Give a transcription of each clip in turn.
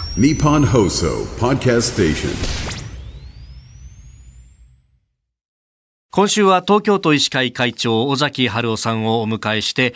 Nippon Hoso Podcast Station。 今週は東京都医師会会長尾崎治夫さんをお迎えして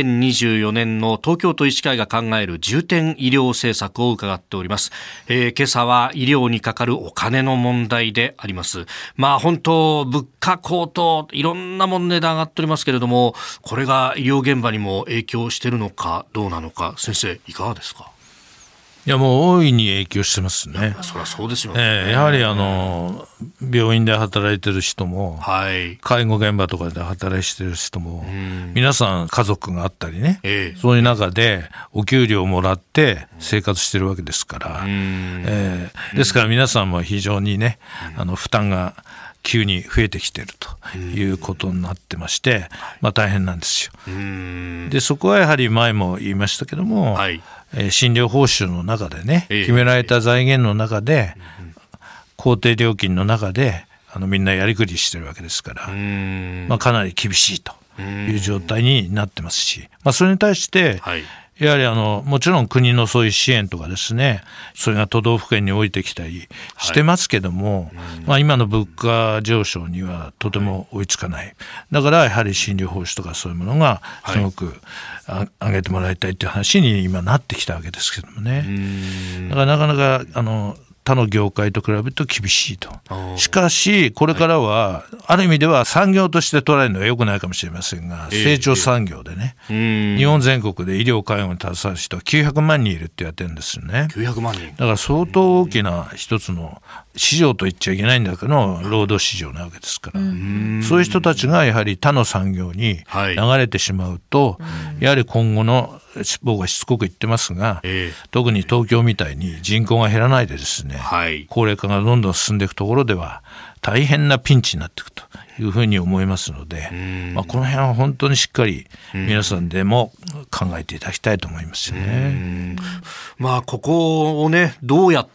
2024年の東京都医師会が考える重点医療政策を伺っております。今朝は医療にかかるお金の問題であります。本当物価高騰いろんなもの値段上がっておりますけれども、これが医療現場にも影響しているのかどうなのか、先生いかがですか？ いやもう大いに影響してますね。 そりゃそうですよね。 やはり病院で働いてる人も、介護現場とかで働いてる人も、皆さん家族があったりね、そういう中でお給料をもらって生活してるわけですから、ですから皆さんも非常にね、負担が急に増えてきているということになってまして、大変なんですよ。でそこはやはり前も言いましたけども、診療報酬の中でね、決められた財源の中で、公定料金の中でみんなやりくりしてるわけですから、かなり厳しいという状態になってますし、それに対して、やはりもちろん国のそういう支援とかですね、それが都道府県に降りてきたりしてますけども、今の物価上昇にはとても追いつかない。だからやはり診療報酬とかそういうものがすごく上げてもらいたいという話に今なってきたわけですけどもね。だからなかなか他の業界と比べると厳しいと。しかしこれからはある意味では産業として捉えるのは良くないかもしれませんが、成長産業でね、日本全国で医療介護に携わる人は900万人いるって言われてるんですよね。 900万人だから相当大きな一つの市場と言っちゃいけないんだけど労働市場なわけですから、そういう人たちがやはり他の産業に流れてしまうと、やはり今後の僕はしつこく言ってますが、特に東京みたいに人口が減らないでですね、高齢化がどんどん進んでいくところでは大変なピンチになっていくというふうに思いますので、この辺は本当にしっかり皆さんでも考えていただきたいと思いますよね。 ここをねどうやって、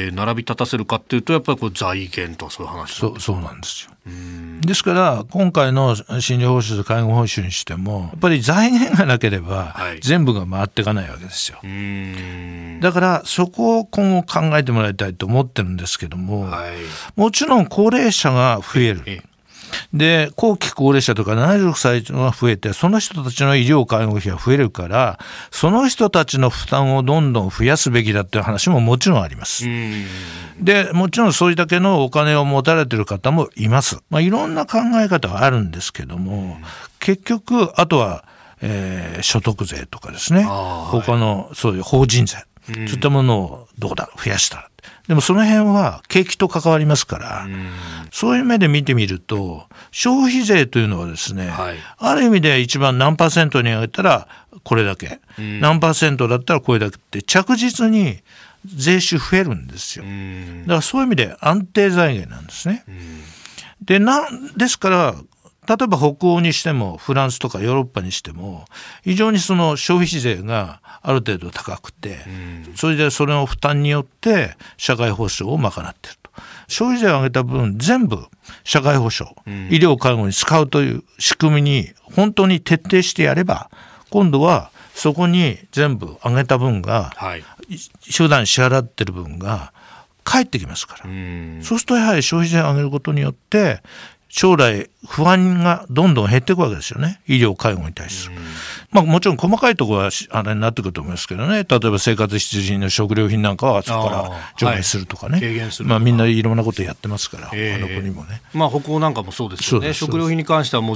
並び立たせるかっていうと、やっぱり財源とそういう話なんです。 そうなんですよ。ですから今回の診療報酬と介護報酬にしても、やっぱり財源がなければ全部が回っていかないわけですよ。だからそこを今後考えてもらいたいと思ってるんですけども、もちろん高齢者が増える。で後期高齢者とか76歳が増えて、その人たちの医療介護費が増えるから、その人たちの負担をどんどん増やすべきだっていう話ももちろんあります。でもちろんそれだけのお金を持たれている方もいます。いろんな考え方があるんですけども、結局あとは、所得税とかですね、他のそういう法人税、そういったものをどうだ増やしたら、でもその辺は景気と関わりますから、そういう目で見てみると消費税というのはですね、ある意味で一番何パーセントに上げたらこれだけ、何パーセントだったらこれだけって着実に税収増えるんですよ。だからそういう意味で安定財源なんですね。ですから例えば北欧にしてもフランスとかヨーロッパにしても非常にその消費税がある程度高くて、それでそれの負担によって社会保障を賄っていると。消費税を上げた分全部社会保障、医療介護に使うという仕組みに本当に徹底してやれば、今度はそこに全部上げた分が、普段支払ってる分が返ってきますから、そうするとやはり消費税を上げることによって将来不安がどんどん減っていくわけですよね、医療介護に対する。もちろん細かいところはあれになってくると思いますけどね、例えば生活必需品の食料品なんかはそこから除外するとかね、 軽減するとか、 みんないろんなことやってますから、国もね、 北欧なんかもそうですよね。食料品に関してはもう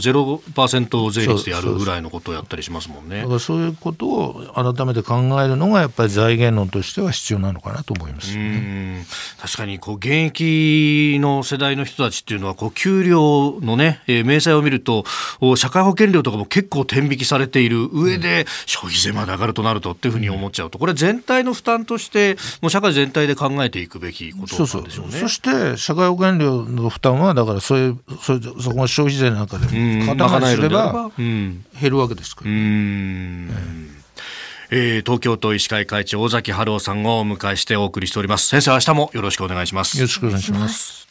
0% 税率でやるぐらいのことをやったりしますもんね。 だからそういうことを改めて考えるのがやっぱり財源論としては必要なのかなと思いますよね。 確かに現役の世代の人たちっていうのは給料のね、明細を見ると社会保険料とかも結構天引きされている上で消費税まで上がるとなるとっていうふうに思っちゃうと、これ全体の負担としてもう社会全体で考えていくべきことなんでしょうね。 そして社会保険料の負担はだからそこの消費税なんかで賄えれば減るわけですから、 東京都医師会会長尾崎治夫さんをお迎えしてお送りしております。先生、明日もよろしくお願いします。 よろしくお願いします。